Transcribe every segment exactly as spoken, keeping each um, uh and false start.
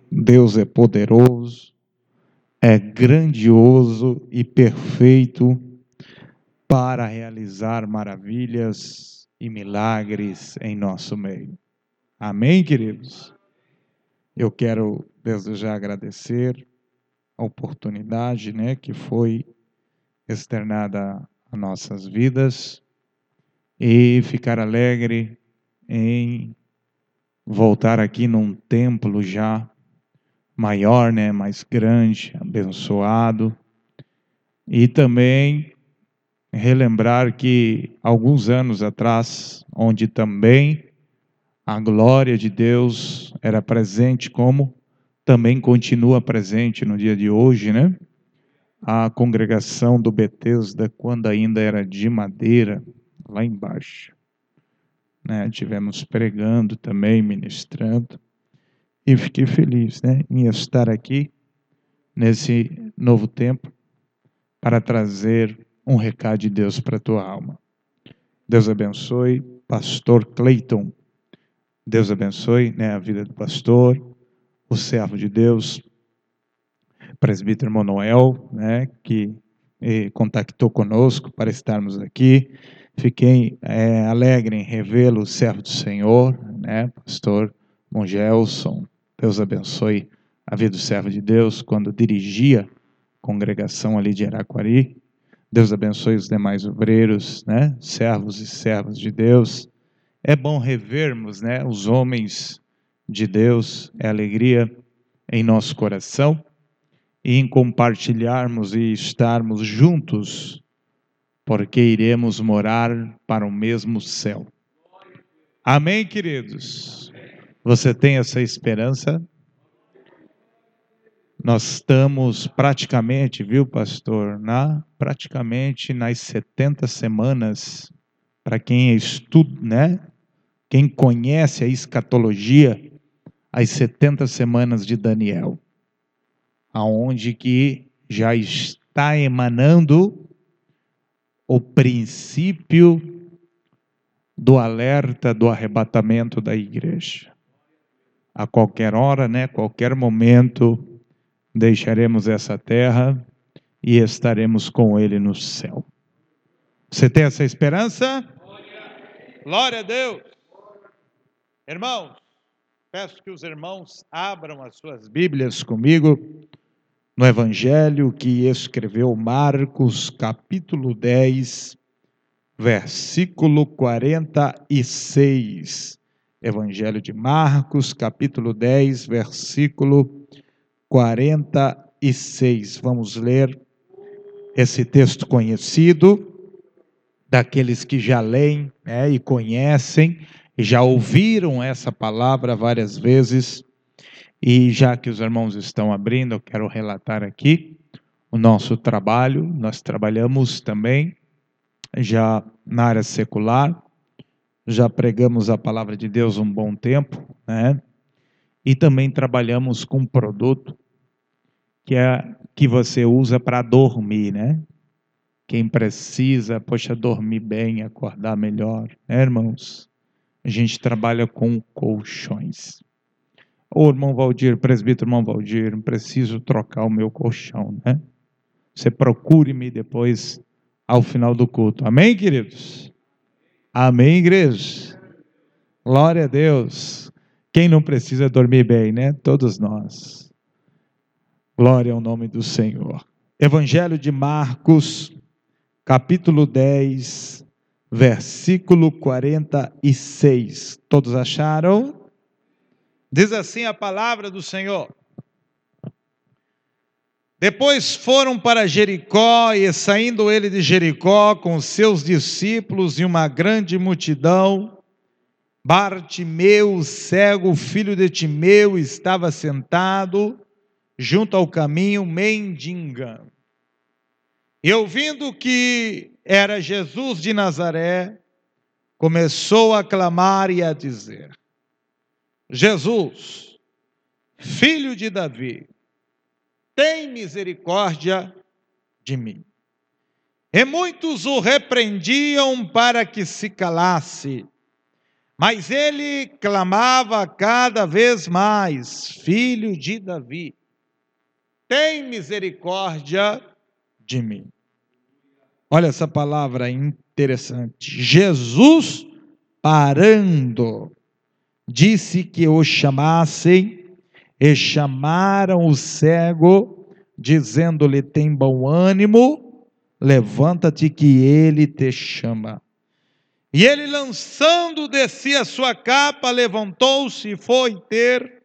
Deus é poderoso, é grandioso e perfeito para realizar maravilhas e milagres em nosso meio. Amém, queridos? Eu quero desde já agradecer a oportunidade, né, que foi externada a nossas vidas e ficar alegre em voltar aqui num templo já maior, né, mais grande, abençoado, e também relembrar que alguns anos atrás, onde também a glória de Deus era presente, como também continua presente no dia de hoje, né? A congregação do Betesda, quando ainda era de madeira, lá embaixo, né? Tivemos pregando também, ministrando, e fiquei feliz, né, em estar aqui nesse novo tempo para trazer um recado de Deus para a tua alma. Deus abençoe, pastor Cleiton. Deus abençoe, né, a vida do pastor, o servo de Deus, presbítero Manuel, né, que eh, contactou conosco para estarmos aqui. Fiquei é, alegre em revê-lo, servo do Senhor, né, pastor Mongelson. Deus abençoe a vida do servo de Deus quando dirigia a congregação ali de Araquari. Deus abençoe os demais obreiros, né, servos e servas de Deus. É bom revermos, né, os homens de Deus, é alegria em nosso coração e em compartilharmos e estarmos juntos, porque iremos morar para o mesmo céu. Amém, queridos? Você tem essa esperança? Nós estamos praticamente, viu, pastor, na, praticamente nas setenta semanas, para quem estuda, né? Quem conhece a escatologia, as setenta semanas de Daniel, aonde que já está emanando o princípio do alerta do arrebatamento da igreja. A qualquer hora, né, qualquer momento, deixaremos essa terra e estaremos com ele no céu. Você tem essa esperança? Glória a Deus! Irmãos, peço que os irmãos abram as suas Bíblias comigo no Evangelho que escreveu Marcos, capítulo dez, versículo quarenta e seis. Evangelho de Marcos, capítulo dez, versículo quarenta e seis. Vamos ler esse texto conhecido, daqueles que já leem, né, e conhecem, e já ouviram essa palavra várias vezes. E já que os irmãos estão abrindo, eu quero relatar aqui o nosso trabalho. Nós trabalhamos também já na área secular, já pregamos a palavra de Deus um bom tempo, né? E também trabalhamos com um produto que é que você usa para dormir, né? Quem precisa, poxa, dormir bem, acordar melhor, né, irmãos? A gente trabalha com colchões. Ô, irmão Valdir, presbítero irmão Valdir, preciso trocar o meu colchão, né? Você procure-me depois, ao final do culto. Amém, queridos? Amém, igreja? Glória a Deus. Quem não precisa dormir bem, né? Todos nós. Glória ao nome do Senhor. Evangelho de Marcos, capítulo dez, versículo quarenta e seis. Todos acharam? Diz assim a palavra do Senhor. Depois foram para Jericó, e saindo ele de Jericó com seus discípulos e uma grande multidão, Bartimeu, cego, filho de Timeu, estava sentado junto ao caminho, mendigando. E ouvindo que era Jesus de Nazaré, começou a clamar e a dizer: Jesus, filho de Davi, tem misericórdia de mim. E muitos o repreendiam para que se calasse, Mas ele clamava cada vez mais: Filho de Davi, tem misericórdia de mim. Olha essa palavra interessante. Jesus, parando, disse que o chamassem, e chamaram o cego, dizendo-lhe: tem bom ânimo, levanta-te que ele te chama. E ele, lançando de si a sua capa, levantou-se e foi ter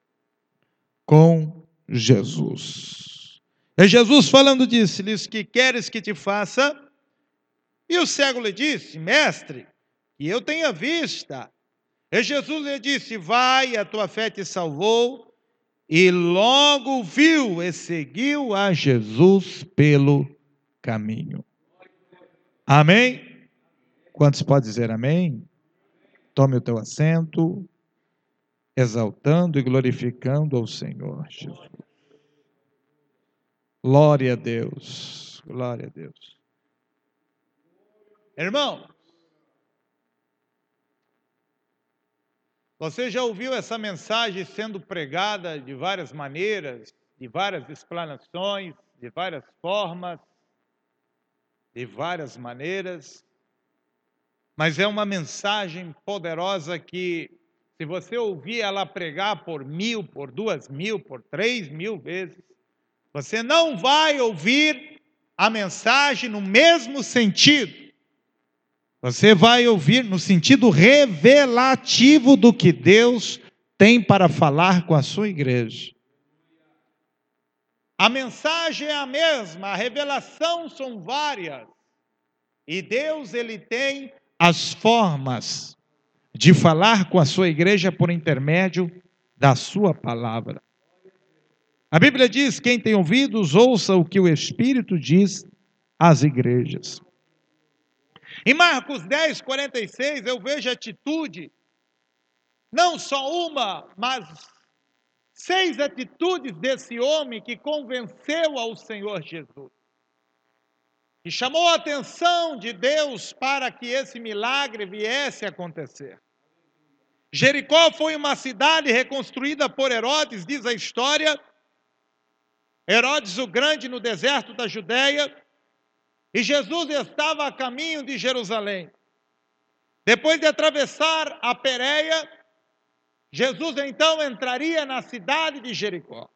com Jesus. E Jesus falando disse-lhes: que queres que te faça? E o cego lhe disse: mestre, que eu tenha vista. E Jesus lhe disse: vai, a tua fé te salvou. E logo viu e seguiu a Jesus pelo caminho. Amém? Quantos podem dizer amém? Tome o teu assento, exaltando e glorificando ao Senhor Jesus. Glória a Deus, glória a Deus. Irmão, você já ouviu essa mensagem sendo pregada de várias maneiras, de várias explanações, de várias formas, de várias maneiras, mas é uma mensagem poderosa que, se você ouvir ela pregar por mil, por duas mil, por três mil vezes, você não vai ouvir a mensagem no mesmo sentido. Você vai ouvir no sentido revelativo do que Deus tem para falar com a sua igreja. A mensagem é a mesma, a revelação são várias. E Deus, ele tem as formas de falar com a sua igreja por intermédio da sua palavra. A Bíblia diz: quem tem ouvidos, ouça o que o Espírito diz às igrejas. Em Marcos dez, quarenta e seis, eu vejo a atitude, não só uma, mas seis atitudes desse homem que convenceu ao Senhor Jesus. E chamou a atenção de Deus para que esse milagre viesse a acontecer. Jericó foi uma cidade reconstruída por Herodes, diz a história. Herodes o Grande no deserto da Judéia. E Jesus estava a caminho de Jerusalém. Depois de atravessar a Pérea, Jesus então entraria na cidade de Jericó.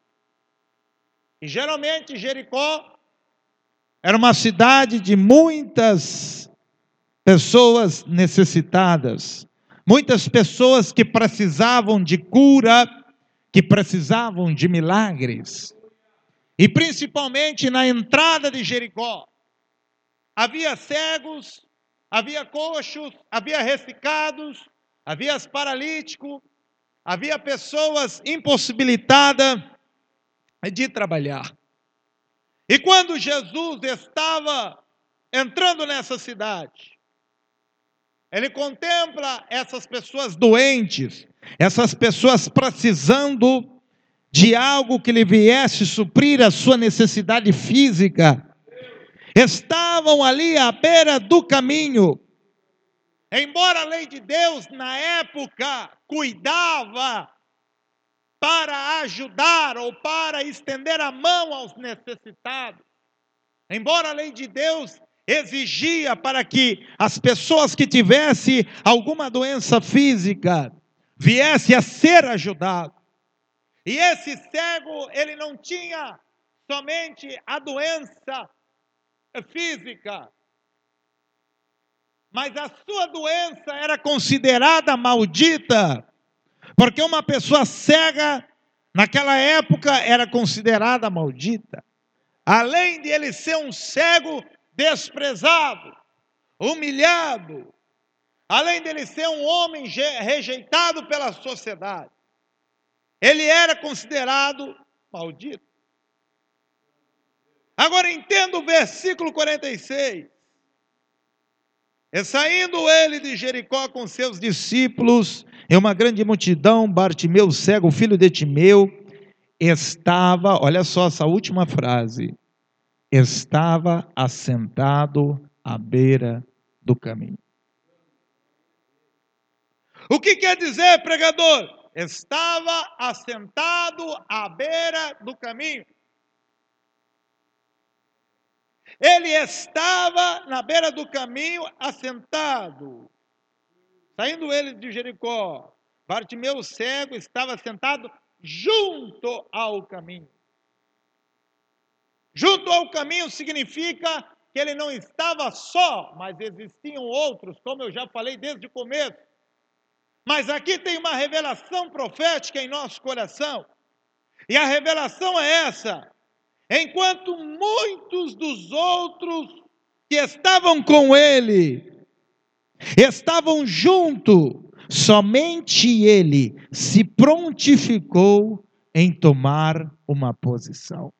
E geralmente Jericó era uma cidade de muitas pessoas necessitadas, muitas pessoas que precisavam de cura, que precisavam de milagres. E principalmente na entrada de Jericó, havia cegos, havia coxos, havia ressecados, havia paralíticos, havia pessoas impossibilitadas de trabalhar. E quando Jesus estava entrando nessa cidade, ele contempla essas pessoas doentes, essas pessoas precisando de algo que lhe viesse suprir a sua necessidade física. Estavam ali à beira do caminho. Embora a lei de Deus, na época, cuidava para ajudar ou para estender a mão aos necessitados. Embora a lei de Deus exigia para que as pessoas que tivessem alguma doença física viessem a ser ajudadas. E esse cego, ele não tinha somente a doença física, mas a sua doença era considerada maldita, porque uma pessoa cega, naquela época, era considerada maldita. Além de ele ser um cego desprezado, humilhado, além de ele ser um homem rejeitado pela sociedade, ele era considerado maldito. Agora entenda o versículo quarenta e seis. E saindo ele de Jericó com seus discípulos, e uma grande multidão, Bartimeu, cego, filho de Timeu, estava, olha só essa última frase, estava assentado à beira do caminho. O que quer dizer, pregador? Estava assentado à beira do caminho. Ele estava na beira do caminho, assentado. Saindo ele de Jericó, Bartimeu cego estava sentado junto ao caminho. Junto ao caminho significa que ele não estava só, mas existiam outros, como eu já falei desde o começo. Mas aqui tem uma revelação profética em nosso coração. E a revelação é essa: enquanto muitos dos outros que estavam com ele estavam junto, somente ele se prontificou em tomar uma posição.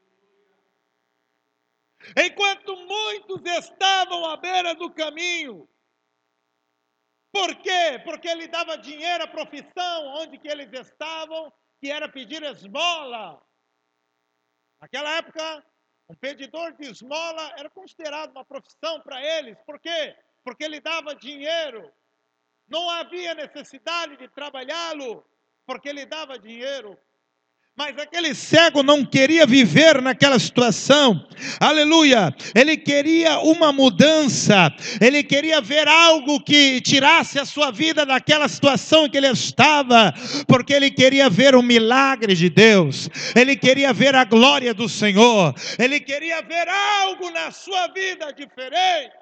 Enquanto muitos estavam à beira do caminho. Por quê? Porque ele dava dinheiro à profissão onde que eles estavam, que era pedir esmola. Naquela época, um pedidor de esmola era considerado uma profissão para eles. Por quê? Porque ele dava dinheiro. Não havia necessidade de trabalhá-lo, porque ele dava dinheiro. Mas aquele cego não queria viver naquela situação, aleluia, ele queria uma mudança, ele queria ver algo que tirasse a sua vida daquela situação em que ele estava, porque ele queria ver o milagre de Deus, ele queria ver a glória do Senhor, ele queria ver algo na sua vida diferente.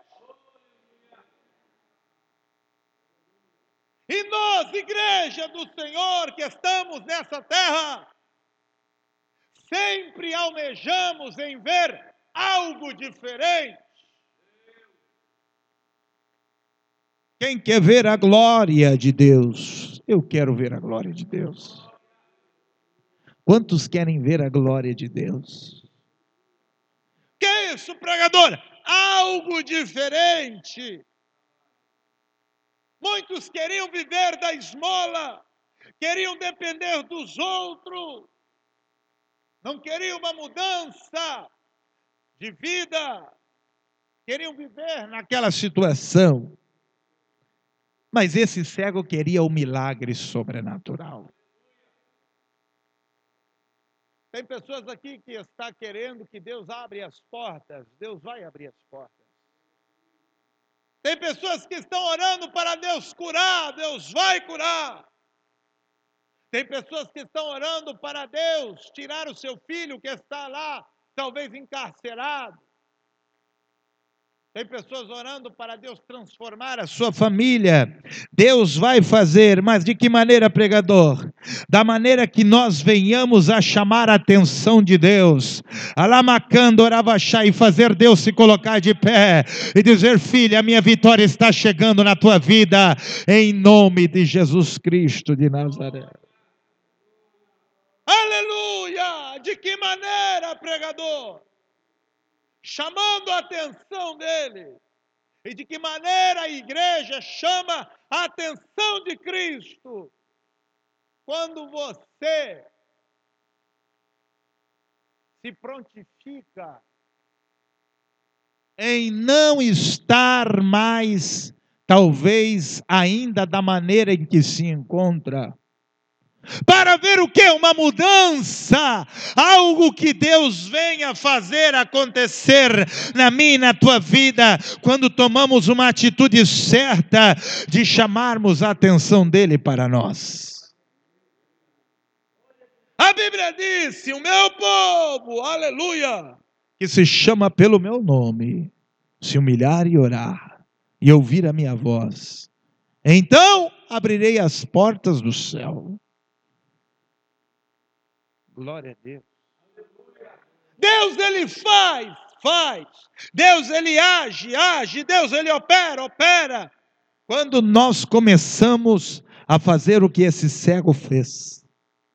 E nós, igreja do Senhor, que estamos nessa terra, sempre almejamos em ver algo diferente. Quem quer ver a glória de Deus? Eu quero ver a glória de Deus. Quantos querem ver a glória de Deus? Que é isso, pregador? Algo diferente. Muitos queriam viver da esmola, queriam depender dos outros. Não queriam uma mudança de vida, queriam viver naquela situação. Mas esse cego queria o milagre sobrenatural. Tem pessoas aqui que estão querendo que Deus abra as portas, Deus vai abrir as portas. Tem pessoas que estão orando para Deus curar, Deus vai curar. Tem pessoas que estão orando para Deus tirar o seu filho que está lá, talvez encarcerado. Tem pessoas orando para Deus transformar a sua família. Deus vai fazer, mas de que maneira, pregador? Da maneira que nós venhamos a chamar a atenção de Deus. Alamacando, oravachá, e fazer Deus se colocar de pé. E dizer, filha, a minha vitória está chegando na tua vida. Em nome de Jesus Cristo de Nazaré. Aleluia! De que maneira, pregador? Chamando a atenção dele. E de que maneira a igreja chama a atenção de Cristo? Quando você se prontifica em não estar mais, talvez ainda da maneira em que se encontra, para ver o que? Uma mudança, algo que Deus venha fazer acontecer na minha e na tua vida, quando tomamos uma atitude certa de chamarmos a atenção dele para nós. A Bíblia disse, o meu povo, aleluia, que se chama pelo meu nome, se humilhar e orar, e ouvir a minha voz, então abrirei as portas do céu. Glória a Deus. Deus ele faz, faz. Deus ele age, age. Deus ele opera, opera. Quando nós começamos a fazer o que esse cego fez.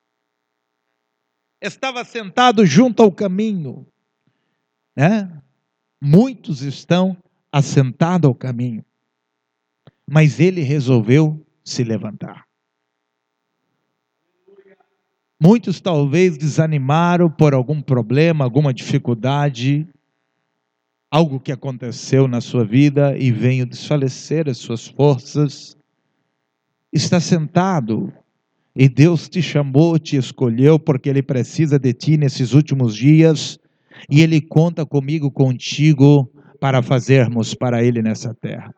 Estava sentado junto ao caminho, né? Muitos estão assentados ao caminho. Mas ele resolveu se levantar. Muitos talvez desanimaram por algum problema, alguma dificuldade, algo que aconteceu na sua vida e veio desfalecer as suas forças. está sentado e Deus te chamou, te escolheu, porque Ele precisa de ti nesses últimos dias, e Ele conta comigo, contigo, para fazermos para Ele nessa terra.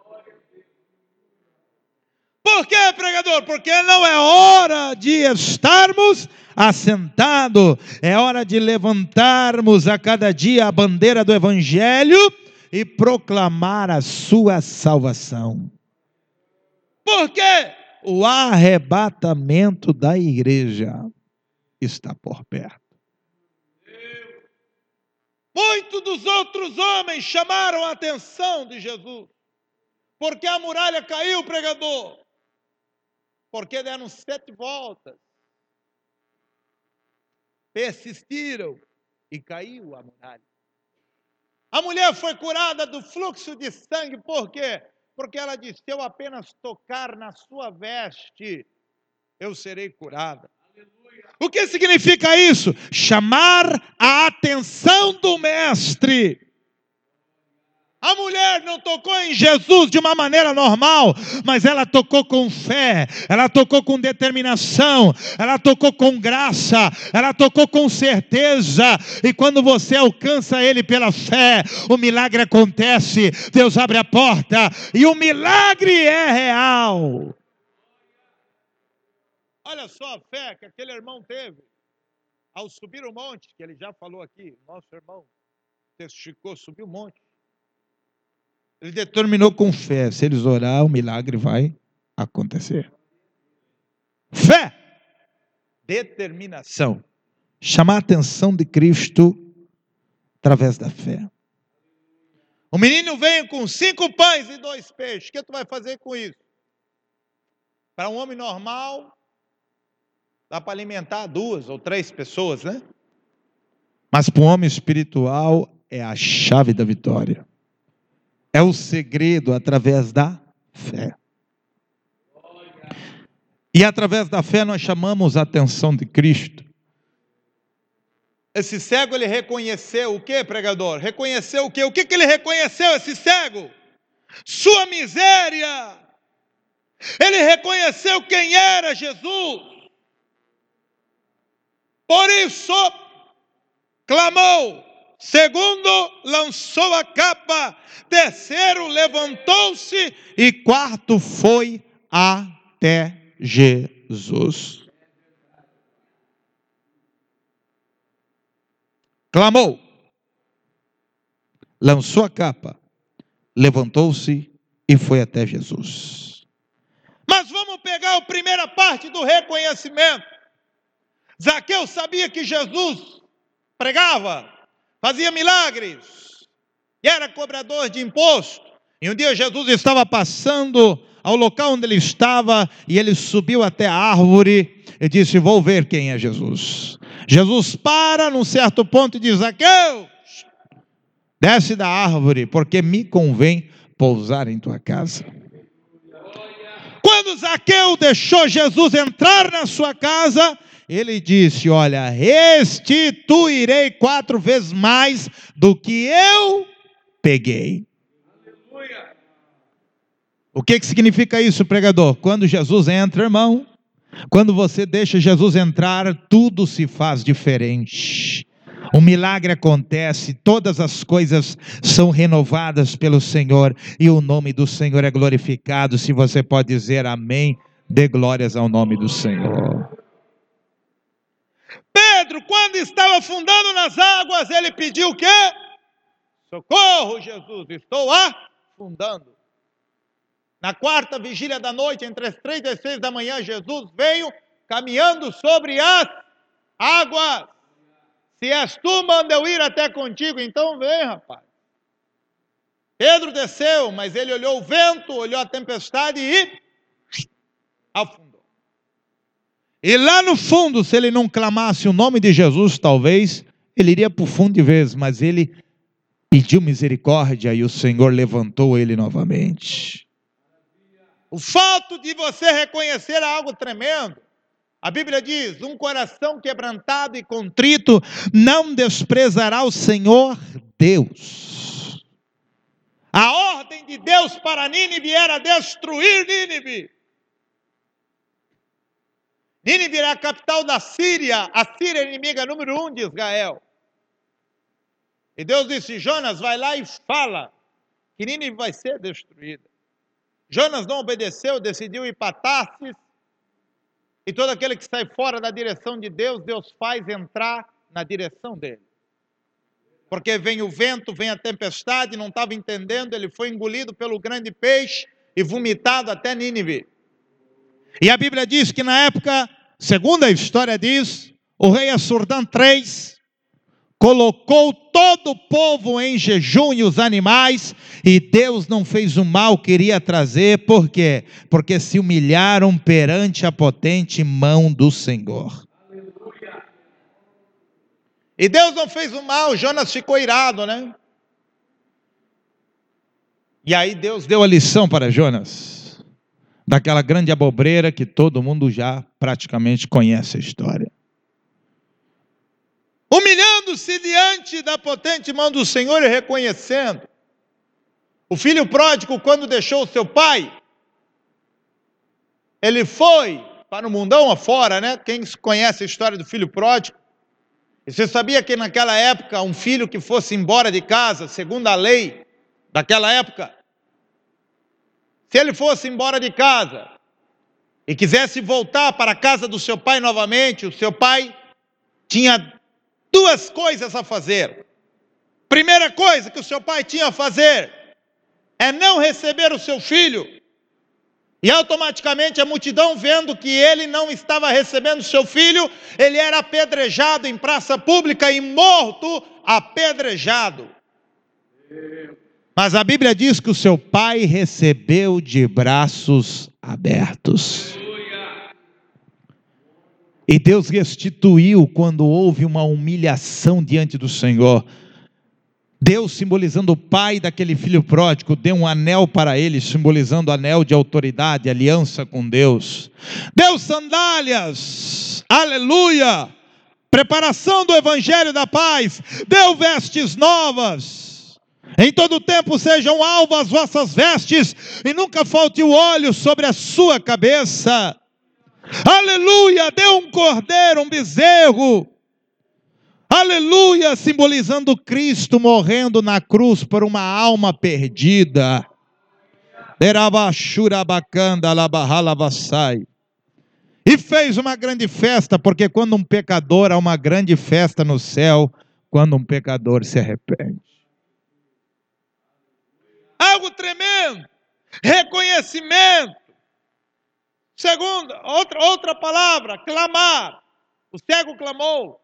Por quê, pregador? Porque não é hora de estarmos assentados, é hora de levantarmos a cada dia a bandeira do Evangelho e proclamar a sua salvação. Por quê? O arrebatamento da igreja está por perto. Muitos dos outros homens chamaram a atenção de Jesus. Porque a muralha caiu, pregador? Porque deram sete voltas. Persistiram e caiu a muralha. A mulher foi curada do fluxo de sangue, por quê? Porque ela disse, se eu apenas tocar na sua veste, eu serei curada. Aleluia. O que significa isso? Chamar a atenção do mestre. A mulher não tocou em Jesus de uma maneira normal, mas ela tocou com fé, ela tocou com determinação, ela tocou com graça, ela tocou com certeza. E quando você alcança Ele pela fé, o milagre acontece, Deus abre a porta e o milagre é real. Olha só a fé que aquele irmão teve ao subir o monte, que ele já falou aqui, nosso irmão testificou, subiu o monte. Ele determinou com fé, se eles orar, o milagre vai acontecer. Fé, determinação, chamar a atenção de Cristo através da fé. O menino veio com cinco pães e dois peixes, o que tu vai fazer com isso? Para um homem normal, dá para alimentar duas ou três pessoas, né? Mas para um homem espiritual, é a chave da vitória. É o segredo através da fé. E através da fé nós chamamos a atenção de Cristo. Esse cego, ele reconheceu o que, pregador? Reconheceu o que? O que, que ele reconheceu, esse cego? Sua miséria. Ele reconheceu quem era Jesus. Por isso, clamou. Segundo, lançou a capa. Terceiro, levantou-se. E quarto, foi até Jesus. Clamou. Lançou a capa. Levantou-se e foi até Jesus. Mas vamos pegar a primeira parte do reconhecimento. Zaqueu sabia que Jesus pregava, fazia milagres, e era cobrador de imposto. E um dia Jesus estava passando ao local onde ele estava, e ele subiu até a árvore, e disse, vou ver quem é Jesus. Jesus para num certo ponto e diz, Zaqueu, desce da árvore, porque me convém pousar em tua casa. Quando Zaqueu deixou Jesus entrar na sua casa, ele disse, olha, restituirei quatro vezes mais do que eu peguei. Aleluia. O que, que significa isso, pregador? Quando Jesus entra, irmão, quando você deixa Jesus entrar, tudo se faz diferente. O milagre acontece, todas as coisas são renovadas pelo Senhor, e o nome do Senhor é glorificado. Se você pode dizer amém, dê glórias ao nome do Senhor. Pedro, quando estava afundando nas águas, ele pediu o quê? Socorro, Jesus, estou afundando. Na quarta vigília da noite, entre as três e as seis da manhã, Jesus veio caminhando sobre as águas. Se és tu, manda eu ir até contigo. Então vem, rapaz. Pedro desceu, mas ele olhou o vento, olhou a tempestade e afundou. E lá no fundo, se ele não clamasse o nome de Jesus, talvez ele iria para o fundo de vez, mas ele pediu misericórdia e o Senhor levantou ele novamente. O fato de você reconhecer algo tremendo. A Bíblia diz, um coração quebrantado e contrito não desprezará o Senhor Deus. A ordem de Deus para Nínive era destruir Nínive. Nínive era a capital da Síria, a Síria é inimiga número um de Israel. E Deus disse, Jonas, vai lá e fala que Nínive vai ser destruída. Jonas não obedeceu, decidiu ir para Tarsis, e todo aquele que sai fora da direção de Deus, Deus faz entrar na direção dele. Porque vem o vento, vem a tempestade, não estava entendendo, ele foi engolido pelo grande peixe e vomitado até Nínive. E a Bíblia diz que na época, segundo a história diz, o rei Assurdã terceiro colocou todo o povo em jejum e os animais, e Deus não fez o mal que iria trazer, por quê? Porque se humilharam perante a potente mão do Senhor. E Deus não fez o mal, Jonas ficou irado, né? E aí Deus deu a lição para Jonas, daquela grande abobreira que todo mundo já praticamente conhece a história. Humilhando-se diante da potente mão do Senhor e reconhecendo. O filho pródigo, quando deixou o seu pai, ele foi para o mundão afora, né? Quem conhece a história do filho pródigo? E você sabia que naquela época, um filho que fosse embora de casa, segundo a lei daquela época, se ele fosse embora de casa e quisesse voltar para a casa do seu pai novamente, o seu pai tinha duas coisas a fazer. Primeira coisa que o seu pai tinha a fazer é não receber o seu filho. E automaticamente a multidão, vendo que ele não estava recebendo o seu filho, ele era apedrejado em praça pública e morto apedrejado. Mas a Bíblia diz que o seu pai recebeu de braços abertos. E Deus restituiu quando houve uma humilhação diante do Senhor. Deus, simbolizando o pai daquele filho pródigo, deu um anel para ele, simbolizando o anel de autoridade, aliança com Deus. Deu sandálias, aleluia, preparação do evangelho da paz, deu vestes novas. Em todo tempo sejam alvas as vossas vestes, e nunca falte o óleo sobre a sua cabeça. Aleluia, deu um cordeiro, um bezerro. Aleluia, simbolizando Cristo morrendo na cruz por uma alma perdida. E fez uma grande festa, porque quando um pecador, há uma grande festa no céu, quando um pecador se arrepende. Algo tremendo, reconhecimento. Segunda, outra, outra palavra, clamar. O cego clamou.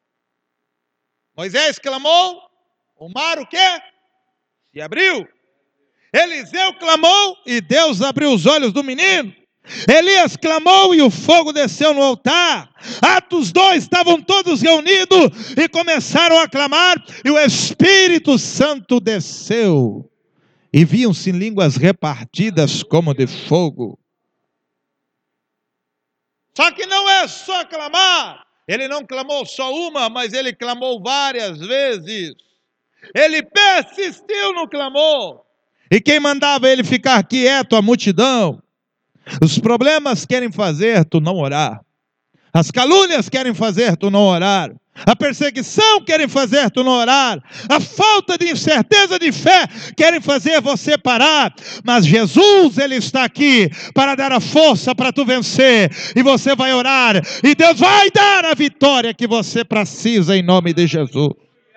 Moisés clamou. O mar o quê? Se abriu. Eliseu clamou e Deus abriu os olhos do menino. Elias clamou e o fogo desceu no altar. Atos dois, estavam todos reunidos e começaram a clamar e o Espírito Santo desceu. E viam-se línguas repartidas como de fogo. Só que não é só clamar. Ele não clamou só uma, mas ele clamou várias vezes. Ele persistiu no clamor. E quem mandava ele ficar quieto? A multidão. Os problemas querem fazer tu não orar. As calúnias querem fazer tu não orar. A perseguição querem fazer tu não orar. A falta de incerteza de fé querem fazer você parar. Mas Jesus, Ele está aqui para dar a força para tu vencer. E você vai orar. E Deus vai dar a vitória que você precisa em nome de Jesus.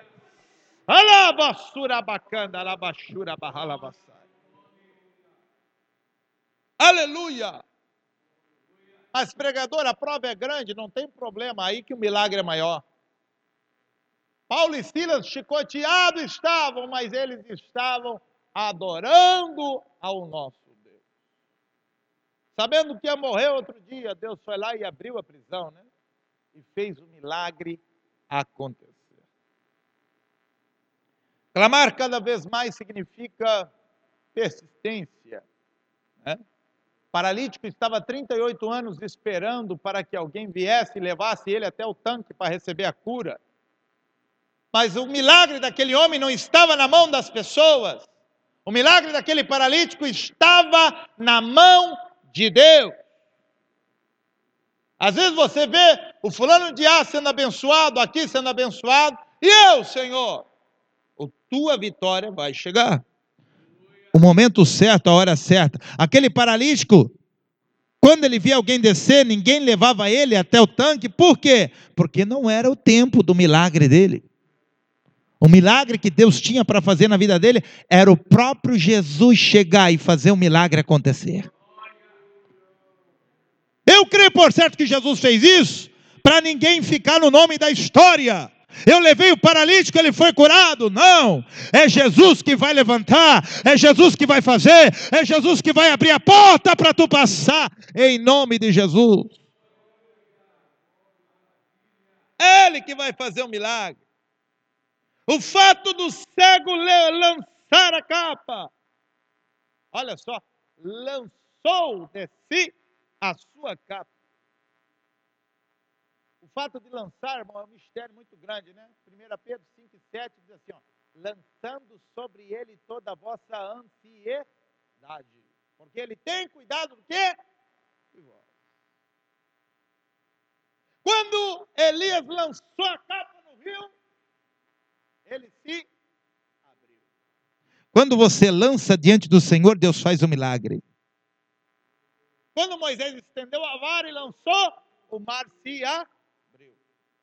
Aleluia. Mas pregador, a prova é grande, não tem problema. Aí que o milagre é maior. Paulo e Silas chicoteados estavam, mas eles estavam adorando ao nosso Deus. Sabendo que ia morrer outro dia, Deus foi lá e abriu a prisão, né? E fez o milagre acontecer. Clamar cada vez mais significa persistência, né? Paralítico estava trinta e oito anos esperando para que alguém viesse e levasse ele até o tanque para receber a cura. Mas o milagre daquele homem não estava na mão das pessoas. O milagre daquele paralítico estava na mão de Deus. Às vezes você vê o fulano de A sendo abençoado, aqui sendo abençoado, e eu, Senhor, a tua vitória vai chegar. O momento certo, a hora certa. Aquele paralítico, quando ele via alguém descer, ninguém levava ele até o tanque. Por quê? Porque não era o tempo do milagre dele. O milagre que Deus tinha para fazer na vida dele era o próprio Jesus chegar e fazer o milagre acontecer. Eu creio por certo que Jesus fez isso para ninguém ficar no nome da história. Eu levei o paralítico, ele foi curado. Não, é Jesus que vai levantar, é Jesus que vai fazer, é Jesus que vai abrir a porta para tu passar, em nome de Jesus. Ele que vai fazer o milagre. O fato do cego lançar a capa, olha só, lançou de si a sua capa. O fato de lançar, irmão, é um mistério muito grande, né? primeira Pedro cinco e sete diz assim, ó, lançando sobre ele toda a vossa ansiedade, porque ele tem cuidado do quê? De vós. Quando Elias lançou a capa no rio, ele se abriu. Quando você lança diante do Senhor, Deus faz o milagre. Quando Moisés estendeu a vara e lançou, o mar se abriu.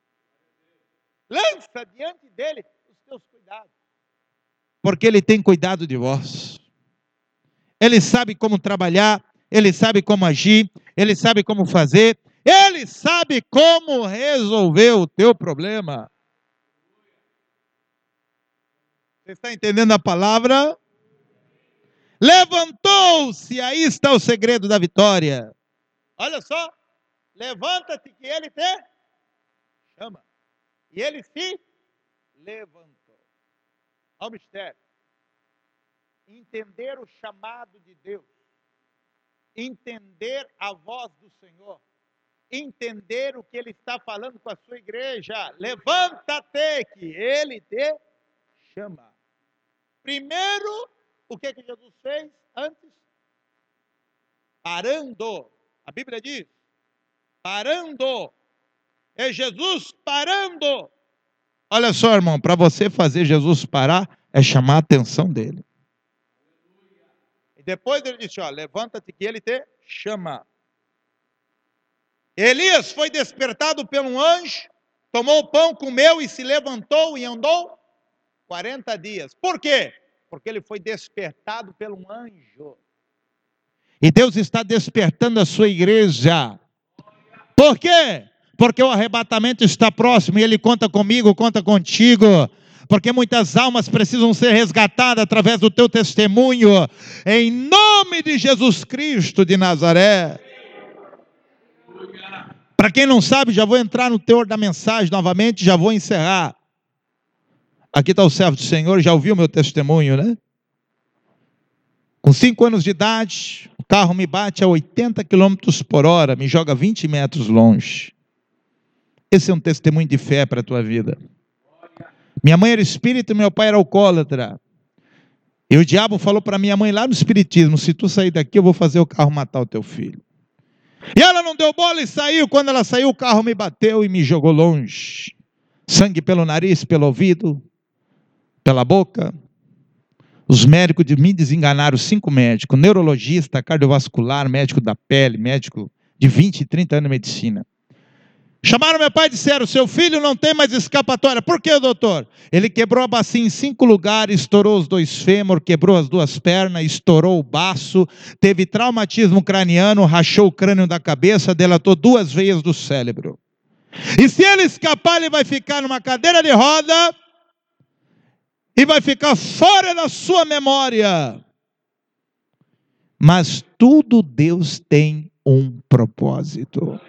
Lança diante dele os teus cuidados. Porque ele tem cuidado de vós. Ele sabe como trabalhar, ele sabe como agir, ele sabe como fazer, ele sabe como resolver o teu problema. Você está entendendo a palavra? Levantou-se, aí está o segredo da vitória. Olha só, levanta-te que ele te chama. E ele se levantou. Olha o mistério. Entender o chamado de Deus. Entender a voz do Senhor. Entender o que ele está falando com a sua igreja. Levanta-te que ele te chama. Primeiro, o que, que Jesus fez antes? Parando. A Bíblia diz, parando. É Jesus parando. Olha só, irmão, para você fazer Jesus parar, é chamar a atenção dele. E depois ele disse, ó, levanta-te que ele te chama. Elias foi despertado por um anjo, tomou o pão, comeu e se levantou e andou quarenta dias. Por quê? Porque ele foi despertado por um anjo. E Deus está despertando a sua igreja. Por quê? Porque o arrebatamento está próximo e ele conta comigo, conta contigo. Porque muitas almas precisam ser resgatadas através do teu testemunho. Em nome de Jesus Cristo de Nazaré. Para quem não sabe, já vou entrar no teor da mensagem novamente, já vou encerrar. Aqui está o servo do Senhor, já ouviu meu testemunho, né? Com cinco anos de idade, o carro me bate a oitenta quilômetros por hora, me joga vinte metros longe. Esse é um testemunho de fé para a tua vida. Minha mãe era espírita e meu pai era alcoólatra. E o diabo falou para minha mãe lá no espiritismo, se tu sair daqui eu vou fazer o carro matar o teu filho. E ela não deu bola e saiu. Quando ela saiu, o carro me bateu e me jogou longe. Sangue pelo nariz, pelo ouvido, pela boca. Os médicos de me desenganaram, cinco médicos, neurologista, cardiovascular, médico da pele, médico de vinte, trinta anos de medicina. Chamaram meu pai e disseram, seu filho não tem mais escapatória. Por quê, doutor? Ele quebrou a bacia em cinco lugares, estourou os dois fêmur, quebrou as duas pernas, estourou o baço, teve traumatismo craniano, rachou o crânio da cabeça, delatou duas veias do cérebro. E se ele escapar, ele vai ficar numa cadeira de roda e vai ficar fora da sua memória. Mas tudo Deus tem um propósito.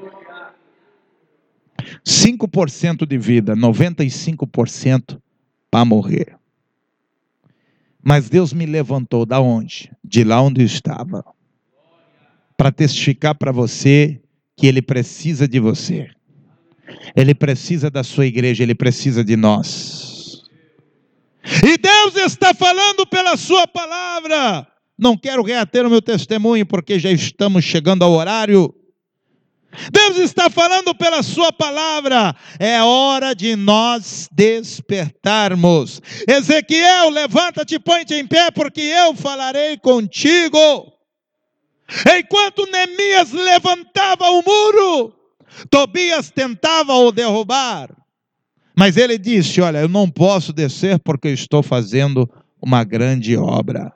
cinco por cento de vida, noventa e cinco por cento para morrer. Mas Deus me levantou da onde? De lá onde eu estava. Para testificar para você que Ele precisa de você. Ele precisa da sua igreja, Ele precisa de nós. E Deus está falando pela sua palavra. Não quero reater o meu testemunho, porque já estamos chegando ao horário. Deus está falando pela sua palavra. É hora de nós despertarmos. Ezequiel, levanta-te, põe-te em pé, porque eu falarei contigo. Enquanto Neemias levantava o muro, Tobias tentava o derrubar. Mas ele disse: olha, eu não posso descer porque eu estou fazendo uma grande obra.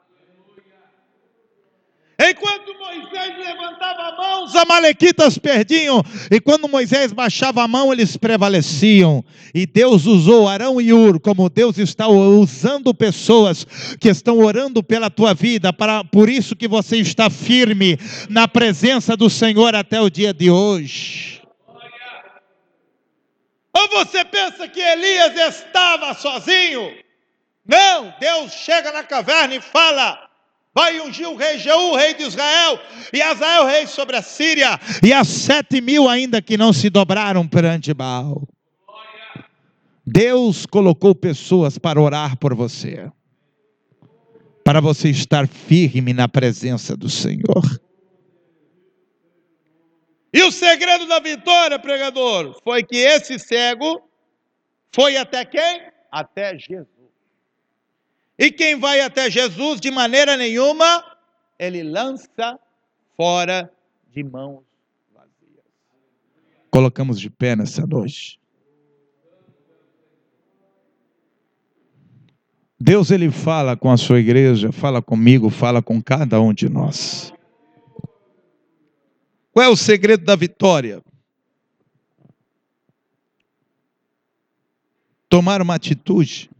Enquanto Moisés levantava a mão, os amalequitas perdiam. E quando Moisés baixava a mão, eles prevaleciam. E Deus usou Arão e Ur, como Deus está usando pessoas que estão orando pela tua vida. Para, por isso que você está firme na presença do Senhor até o dia de hoje. Ou você pensa que Elias estava sozinho? Não, Deus chega na caverna e fala: vai ungir o rei Jeú, rei de Israel, e Azael, rei sobre a Síria, e as sete mil ainda que não se dobraram perante Baal. Deus colocou pessoas para orar por você, para você estar firme na presença do Senhor. E o segredo da vitória, pregador, foi que esse cego foi até quem? Até Jesus. E quem vai até Jesus, de maneira nenhuma, ele lança fora de mãos vazias. Colocamos de pé nessa noite. Deus, ele fala com a sua igreja, fala comigo, fala com cada um de nós. Qual é o segredo da vitória? Tomar uma atitude.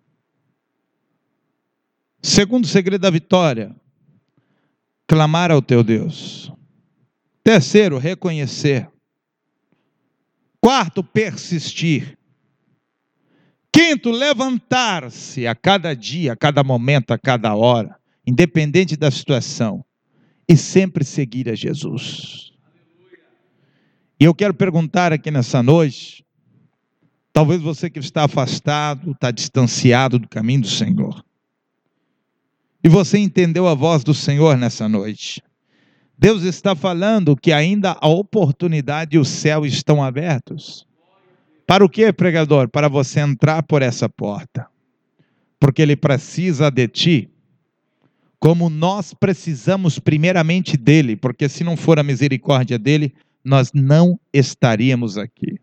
Segundo segredo da vitória, clamar ao teu Deus. Terceiro, reconhecer. Quarto, persistir. Quinto, levantar-se a cada dia, a cada momento, a cada hora, independente da situação, e sempre seguir a Jesus. E eu quero perguntar aqui nessa noite, talvez você que está afastado, está distanciado do caminho do Senhor, e você entendeu a voz do Senhor nessa noite. Deus está falando que ainda a oportunidade e o céu estão abertos. Para o que, pregador? Para você entrar por essa porta. Porque Ele precisa de ti, como nós precisamos primeiramente dEle, porque se não for a misericórdia dEle, nós não estaríamos aqui.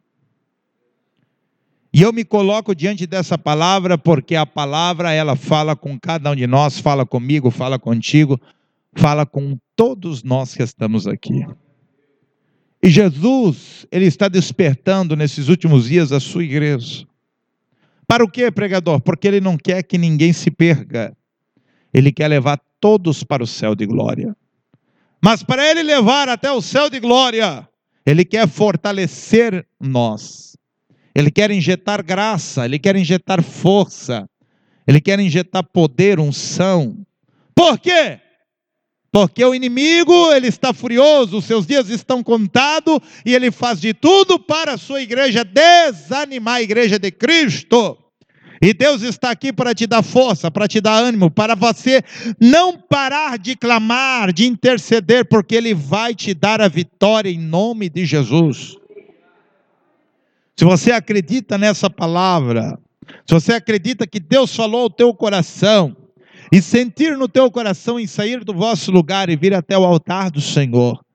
E eu me coloco diante dessa palavra, porque a palavra, ela fala com cada um de nós, fala comigo, fala contigo, fala com todos nós que estamos aqui. E Jesus, Ele está despertando nesses últimos dias a sua igreja. Para o quê, pregador? Porque Ele não quer que ninguém se perca. Ele quer levar todos para o céu de glória. Mas para Ele levar até o céu de glória, Ele quer fortalecer nós. Ele quer injetar graça, Ele quer injetar força, Ele quer injetar poder, unção. Por quê? Porque o inimigo, ele está furioso, os seus dias estão contados, e ele faz de tudo para a sua igreja desanimar a igreja de Cristo. E Deus está aqui para te dar força, para te dar ânimo, para você não parar de clamar, de interceder, porque Ele vai te dar a vitória em nome de Jesus. Se você acredita nessa palavra, se você acredita que Deus falou ao teu coração, e sentir no teu coração em sair do vosso lugar e vir até o altar do Senhor,